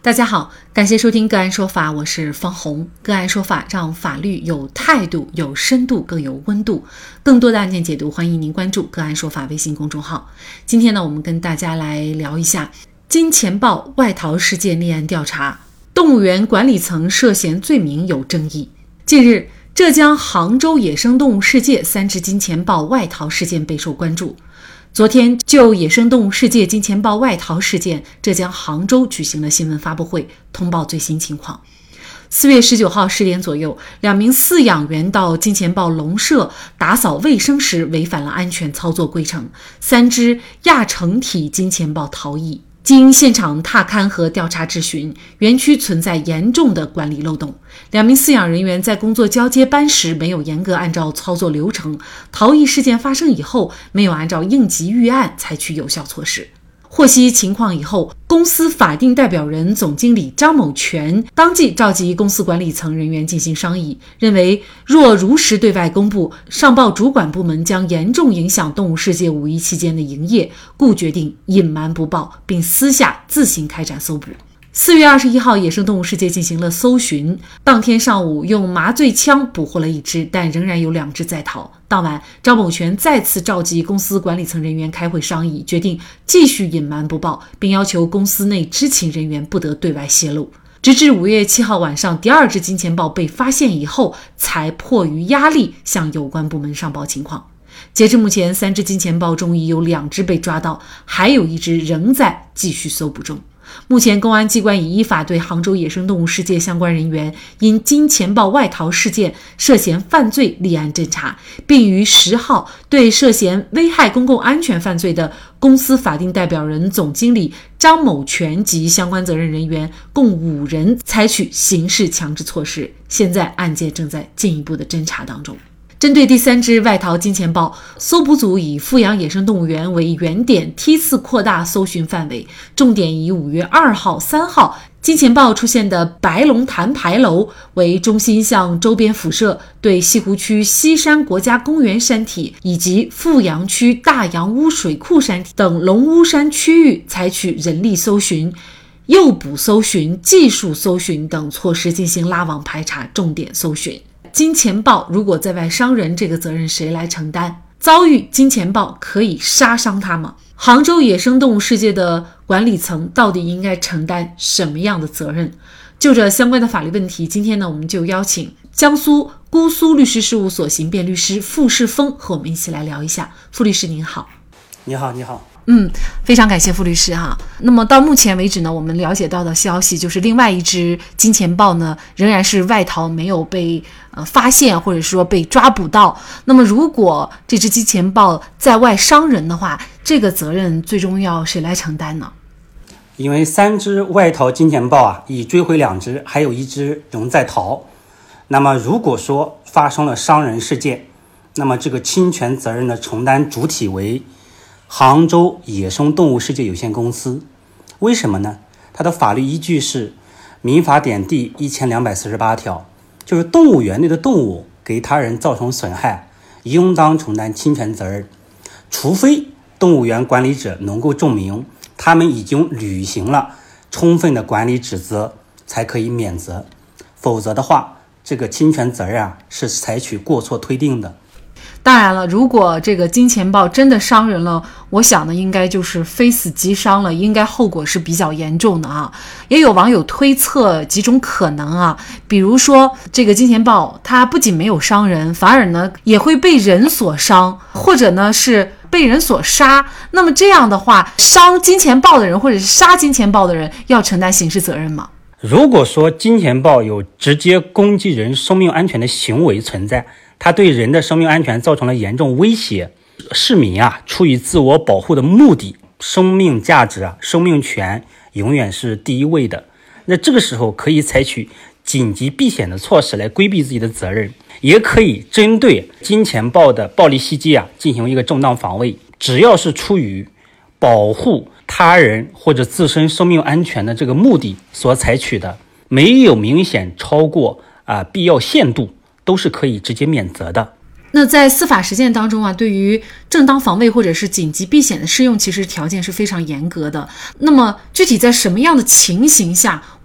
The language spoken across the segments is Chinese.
大家好，感谢收听个案说法，我是方红。个案说法让法律有态度、有深度、更有温度。更多的案件解读，欢迎您关注个案说法微信公众号。今天呢，我们跟大家来聊一下金钱豹外逃事件立案调查，动物园管理层涉嫌罪名有争议。近日，浙江杭州野生动物世界3只金钱豹外逃事件备受关注。昨天就野生动物世界金钱豹外逃事件，浙江杭州举行了新闻发布会，通报最新情况。4月19号10点左右，2名饲养员到金钱豹笼舍打扫卫生时违反了安全操作规程，3只亚成体金钱豹逃逸。经现场踏勘和调查质询，园区存在严重的管理漏洞。2名饲养人员在工作交接班时没有严格按照操作流程，逃逸事件发生以后没有按照应急预案采取有效措施。获悉情况以后，公司法定代表人总经理张某全当即召集公司管理层人员进行商议，认为若如实对外公布，上报主管部门将严重影响动物世界五一期间的营业，故决定隐瞒不报，并私下自行开展搜捕。4月21号，野生动物世界进行了搜寻，当天上午用麻醉枪捕获了1只，但仍然有2只在逃。当晚，张某全再次召集公司管理层人员开会商议，决定继续隐瞒不报，并要求公司内知情人员不得对外泄露。直至5月7号晚上，第2只金钱豹被发现以后，才迫于压力向有关部门上报情况。截至目前，3只金钱豹中已有2只被抓到，还有1只仍在继续搜捕中。目前公安机关已依法对杭州野生动物世界相关人员因金钱豹外逃事件涉嫌犯罪立案侦查，并于10号对涉嫌危害公共安全犯罪的公司法定代表人总经理张某全及相关责任人员共5人采取刑事强制措施，现在案件正在进一步的侦查当中。针对第3只外逃金钱豹，搜捕组以富阳野生动物园为原点，梯次扩大搜寻范围，重点以5月2号、3号金钱豹出现的白龙潭牌楼为中心，向周边辐射，对西湖区西山国家公园山体以及富阳区大洋屋水库山体等龙屋山区域采取人力搜寻、诱捕搜寻、技术搜寻等措施进行拉网排查，重点搜寻。金钱豹如果在外伤人，这个责任谁来承担？遭遇金钱豹可以杀伤他吗？杭州野生动物世界的管理层到底应该承担什么样的责任？就这相关的法律问题，今天呢，我们就邀请江苏姑苏律师事务所刑辩律师傅世峰和我们一起来聊一下。傅律师您好。 你好，你好。 非常感谢傅律师哈。那么到目前为止呢，我们了解到的消息就是另外1只金钱豹呢仍然是外逃，没有被发现或者说被抓捕到。那么如果这只金钱豹在外伤人的话，这个责任最终要谁来承担呢？ 因为3只外逃金钱豹已追回2只，还有1只仍在逃。那么如果说发生了伤人事件，那么这个侵权责任的承担主体为杭州野生动物世界有限公司。为什么呢？它的法律依据是民法典第1248条，就是动物园内的动物给他人造成损害，应当承担侵权责任，除非动物园管理者能够证明他们已经履行了充分的管理职责，才可以免责。否则的话，这个侵权责任是采取过错推定的。 当然了，如果这个金钱豹真的伤人了，我想呢，应该就是非死即伤了，应该后果是比较严重的啊。也有网友推测几种可能啊，比如说这个金钱豹它不仅没有伤人，反而呢也会被人所伤，或者呢是被人所杀。那么这样的话，伤金钱豹的人或者是杀金钱豹的人要承担刑事责任吗？ 如果说金钱豹有直接攻击人生命安全的行为存在，它对人的生命安全造成了严重威胁，市民出于自我保护的目的，生命价值生命权永远是第一位的。那这个时候可以采取紧急避险的措施来规避自己的责任，也可以针对金钱豹的暴力袭击进行一个正当防卫。只要是出于保护他人或者自身生命安全的这个目的所采取的，没有明显超过必要限度，都是可以直接免责的。 那在司法实践当中对于正当防卫或者是紧急避险的适用，其实条件是非常严格的。那么具体在什么样的情形下，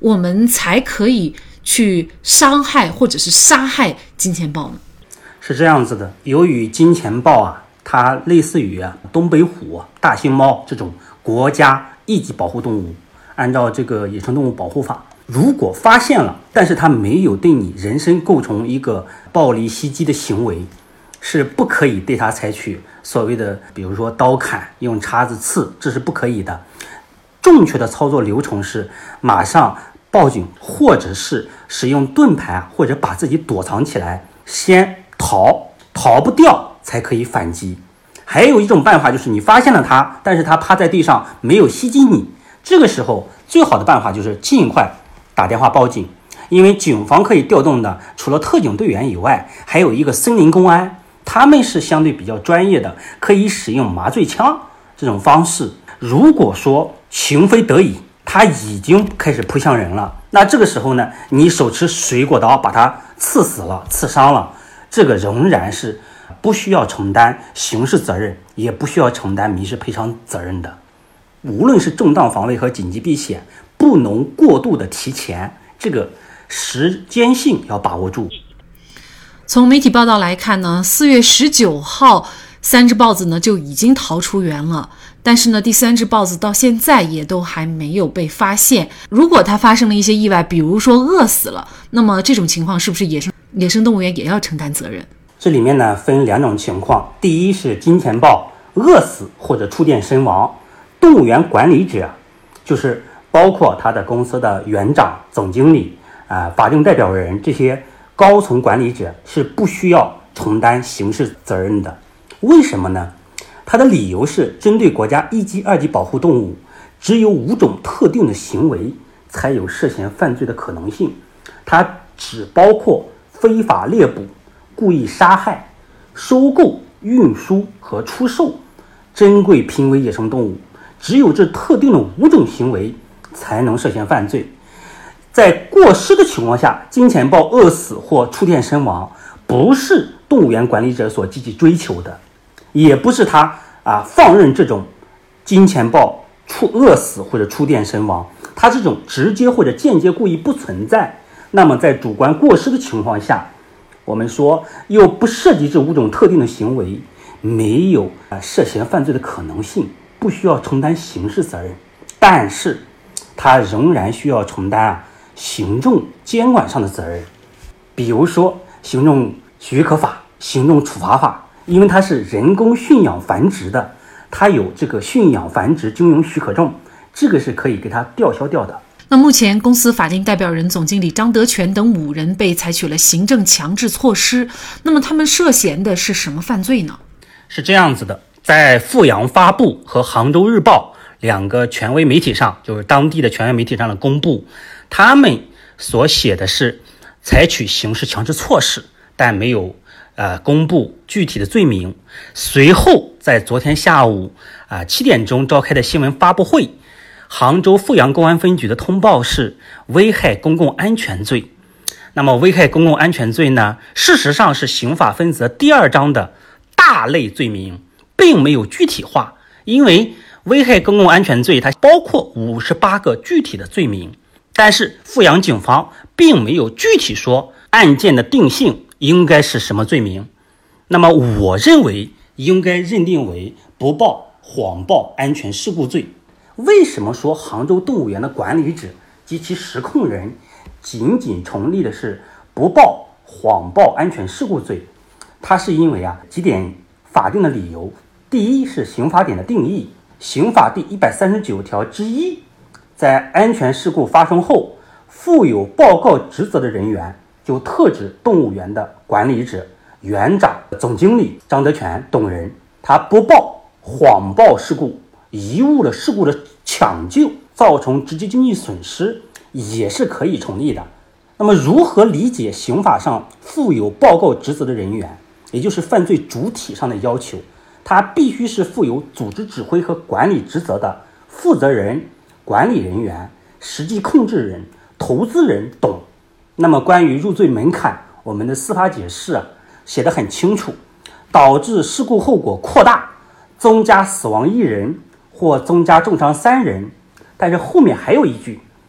我们才可以去伤害或者是杀害金钱豹呢？ 是这样子的，由于金钱豹啊，它类似于东北虎、大星猫这种国家一级保护动物，按照这个野生动物保护法，如果发现了，但是它没有对你人身构成一个暴力袭击的行为，是不可以对它采取所谓的比如说刀砍、用叉子刺，这是不可以的。正确的操作流程是马上报警，或者是使用盾牌，或者把自己躲藏起来，先逃不掉才可以反击。还有一种办法就是你发现了它，但是它趴在地上没有袭击你，这个时候最好的办法就是尽快打电话报警，因为警方可以调动的除了特警队员以外，还有一个森林公安，他们是相对比较专业的，可以使用麻醉枪这种方式。如果说情非得已，他已经开始扑向人了，那这个时候呢，你手持水果刀把他刺死了、刺伤了，这个仍然是不需要承担刑事责任，也不需要承担民事赔偿责任的。无论是正当防卫和紧急避险，不能过度的提前，这个时间性要把握住。 从媒体报道来看呢，4月19号3只豹子呢就已经逃出园了，但是呢第3只豹子到现在也都还没有被发现。如果它发生了一些意外，比如说饿死了，那么这种情况是不是野生动物园也要承担责任？ 这里面呢分2种情况，第一是金钱豹饿死或者触电身亡，动物园管理者就是包括他的公司的园长、总经理法定代表人这些高层管理者是不需要承担刑事责任的。为什么呢？他的理由是针对国家1级、2级保护动物，只有5种特定的行为才有涉嫌犯罪的可能性，它只包括非法猎捕、故意杀害、收购、运输和出售珍贵濒危野生动物，只有这特定的5种行为才能涉嫌犯罪。在过失的情况下，金钱豹饿死或触电身亡，不是动物园管理者所积极追求的，也不是他放任这种金钱豹饿死或者触电身亡，他这种直接或者间接故意不存在。那么在主观过失的情况下，我们说又不涉及这5种特定的行为，没有涉嫌犯罪的可能性，不需要承担刑事责任，但是他仍然需要承担行政监管上的责任。比如说行政许可法、行政处罚法，因为它是人工驯养繁殖的，它有这个驯养繁殖经营许可证，这个是可以给它吊销掉的。 那目前公司法定代表人、总经理张德全等5人被采取了行政强制措施，那么他们涉嫌的是什么犯罪呢？ 是这样子的，在阜阳发布和杭州日报2个权威媒体上，就是当地的权威媒体上的公布，他们所写的是采取刑事强制措施，但没有公布具体的罪名。随后在昨天下午7点钟召开的新闻发布会，杭州阜阳公安分局的通报是危害公共安全罪。那么危害公共安全罪呢，事实上是刑法分则第2章的大类罪名，并没有具体化，因为危害公共安全罪它包括58个具体的罪名，但是阜阳警方并没有具体说案件的定性应该是什么罪名。那么我认为应该认定为不报、谎报安全事故罪。为什么说杭州动物园的管理者及其实控人仅成立的是不报、谎报安全事故罪？它是因为几点法定的理由。第一是刑法典的定义，刑法第139条之1，在安全事故发生后，负有报告职责的人员，就特指动物园的管理者、园长、总经理张德全等人，他不报、谎报事故，贻误了事故的抢救，造成直接经济损失，也是可以成立的。那么如何理解刑法上负有报告职责的人员，也就是犯罪主体上的要求？他必须是负有组织指挥和管理职责的负责人、管理人员、实际控制人、投资人等。那么关于入罪门槛，我们的司法解释写得很清楚，导致事故后果扩大，增加死亡1人或增加重伤3人。但是后面还有一句，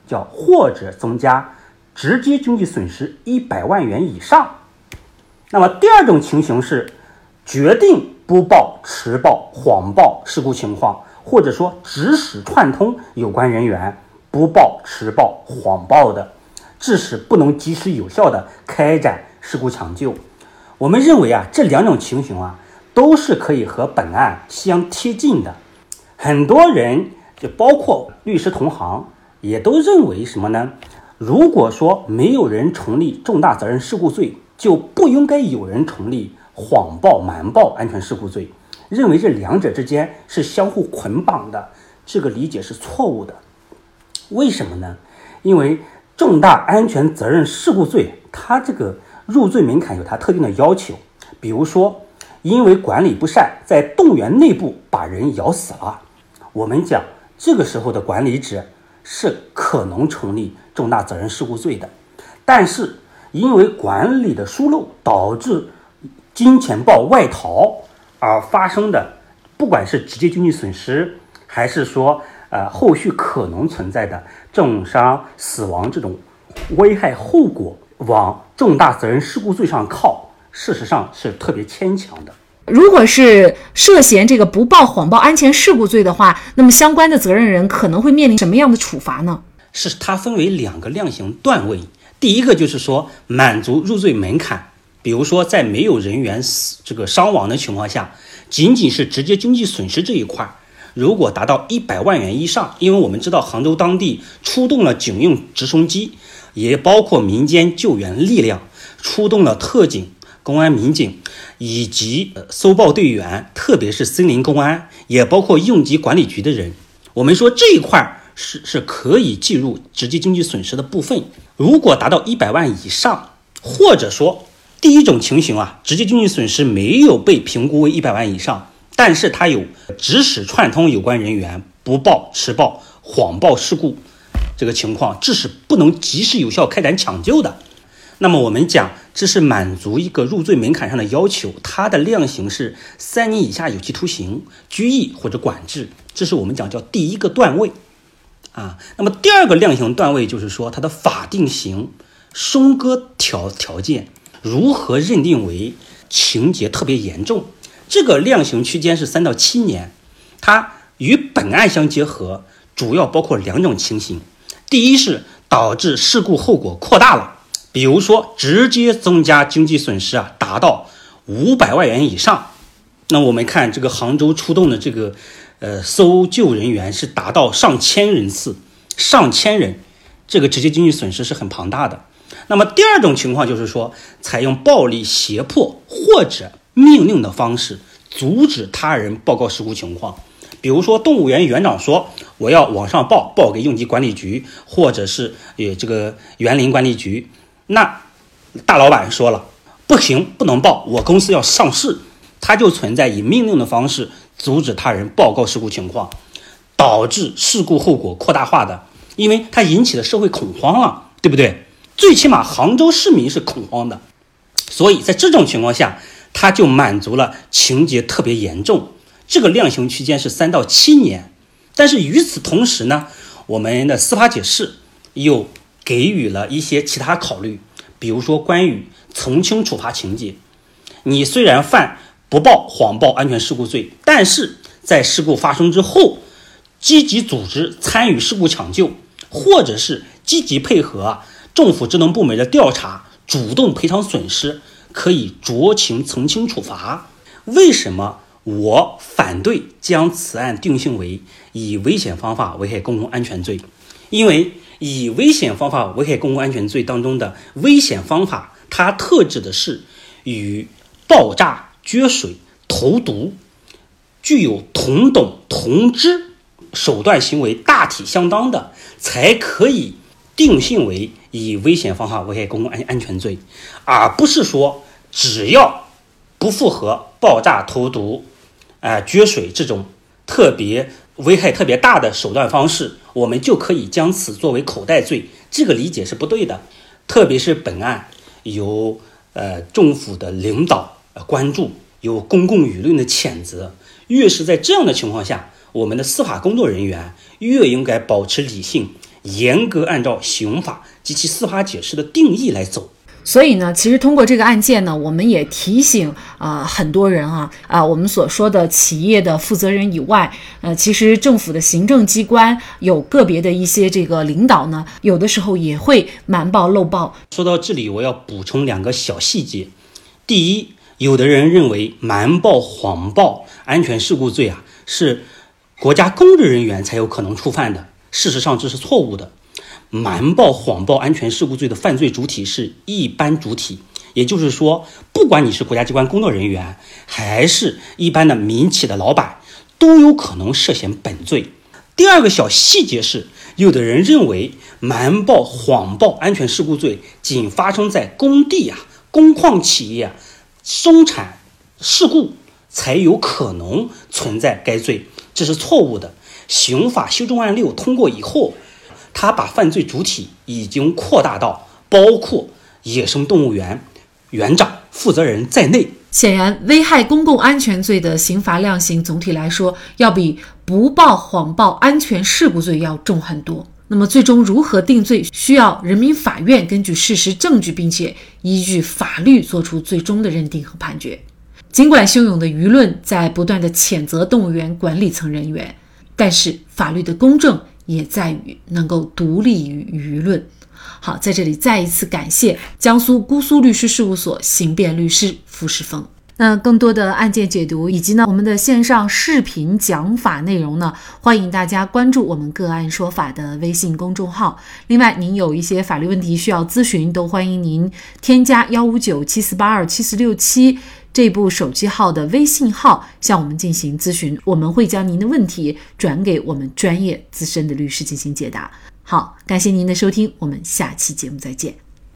叫或者增加直接经济损失100万元以上。那么第二种情形是决定不报、迟报、谎报事故情况，或者说指使串通有关人员不报、迟报、谎报的，致使不能及时有效的开展事故抢救。我们认为这两种情形都是可以和本案相贴近的。很多人就包括律师同行也都认为什么呢？如果说没有人成立重大责任事故罪，就不应该有人成立谎报、瞒报安全事故罪，认为这两者之间是相互捆绑的，这个理解是错误的。为什么呢？因为重大安全责任事故罪它这个入罪门槛有它特定的要求，比如说因为管理不善在动物园内部把人咬死了，我们讲这个时候的管理者是可能成立重大责任事故罪的。但是因为管理的疏漏导致金钱豹外逃而发生的，不管是直接经济损失还是说后续可能存在的重伤、死亡这种危害后果，往重大责任事故罪上靠，事实上是特别牵强的。 如果是涉嫌这个不报、谎报安全事故罪的话，那么相关的责任人可能会面临什么样的处罚呢？ 是它分为两个量刑段位。第一个就是说满足入罪门槛，比如说在没有人员伤亡的情况下，仅仅是直接经济损失这一块，如果达到100万元以上，因为我们知道杭州当地出动了警用直升机，也包括民间救援力量，出动了特警、公安民警以及搜报队员，特别是森林公安，也包括应急管理局的人。我们说这一块是可以计入直接经济损失的部分。如果达到100万以上，或者说第一种情形直接经济损失没有被评估为100万以上，但是它有指使串通有关人员不报、迟报、谎报事故这个情况，致使不能及时有效开展抢救的，那么我们讲这是满足一个入罪门槛上的要求，它的量刑是3年以下有期徒刑、拘役或者管制，这是我们讲叫第一个段位那么第二个量刑段位就是说它的法定刑松割条件如何认定为情节特别严重，这个量刑区间是3到7年。它与本案相结合，主要包括两种情形。第一是导致事故后果扩大了，比如说直接增加经济损失达到500万元以上。那我们看这个杭州出动的这个搜救人员是达到上千人次，这个直接经济损失是很庞大的。那么第二种情况就是说采用暴力胁迫或者命令的方式阻止他人报告事故情况，比如说动物园园长说我要往上报给应急管理局或者是这个园林管理局，那大老板说了不行，不能报，我公司要上市，他就存在以命令的方式阻止他人报告事故情况，导致事故后果扩大化的，因为它引起了社会恐慌了，对不对？最起码杭州市民是恐慌的，所以在这种情况下它就满足了情节特别严重，这个量刑区间是3到7年。但是与此同时呢，我们的司法解释又给予了一些其他考虑，比如说关于从轻处罚情节，你虽然犯不报、谎报安全事故罪，但是在事故发生之后积极组织参与事故抢救，或者是积极配合政府职能部门的调查，主动赔偿损失，可以酌情从轻处罚。为什么我反对将此案定性为以危险方法危害公共安全罪？因为以危险方法危害公共安全罪当中的危险方法，它特指的是与爆炸、撅水、投毒具有同等同支手段行为大体相当的，才可以定性为以危险方法危害公共安全罪，而不是说只要不符合爆炸、投毒、撅水这种特别危害特别大的手段方式，我们就可以将此作为口袋罪，这个理解是不对的。特别是本案由政府的领导关注，有公共舆论的谴责，越是在这样的情况下，我们的司法工作人员越应该保持理性， 严格按照刑法及其司法解释的定义来走。 所以呢，其实通过这个案件呢，我们也提醒很多人我们所说的企业的负责人以外，其实政府的行政机关有个别的一些这个领导呢，有的时候也会瞒报漏报。 说到这里，我要补充2个小细节。第一，有的人认为瞒报、谎报安全事故罪是国家公职人员才有可能触犯的，事实上这是错误的。瞒报、谎报安全事故罪的犯罪主体是一般主体，也就是说，不管你是国家机关工作人员，还是一般的民企的老板，都有可能涉嫌本罪。第2个小细节是，有的人认为瞒报、谎报安全事故罪仅发生在工地工矿企业生产事故才有可能存在该罪，这是错误的。刑法修正案6通过以后，他把犯罪主体已经扩大到包括野生动物园园长、负责人在内。 显然，危害公共安全罪的刑罚量刑总体来说，要比不报、谎报安全事故罪要重很多。那么最终如何定罪，需要人民法院根据事实证据，并且依据法律做出最终的认定和判决。尽管汹涌的舆论在不断的谴责动物园管理层人员，但是法律的公正也在于能够独立于舆论。好，在这里再一次感谢江苏姑苏律师事务所刑辩律师傅世峰。那更多的案件解读以及我们的线上视频讲法内容呢，欢迎大家关注我们个案说法的微信公众号。另外，您有一些法律问题需要咨询，都欢迎您添加15974827467这部手机号的微信号向我们进行咨询，我们会将您的问题转给我们专业资深的律师进行解答。好，感谢您的收听，我们下期节目再见。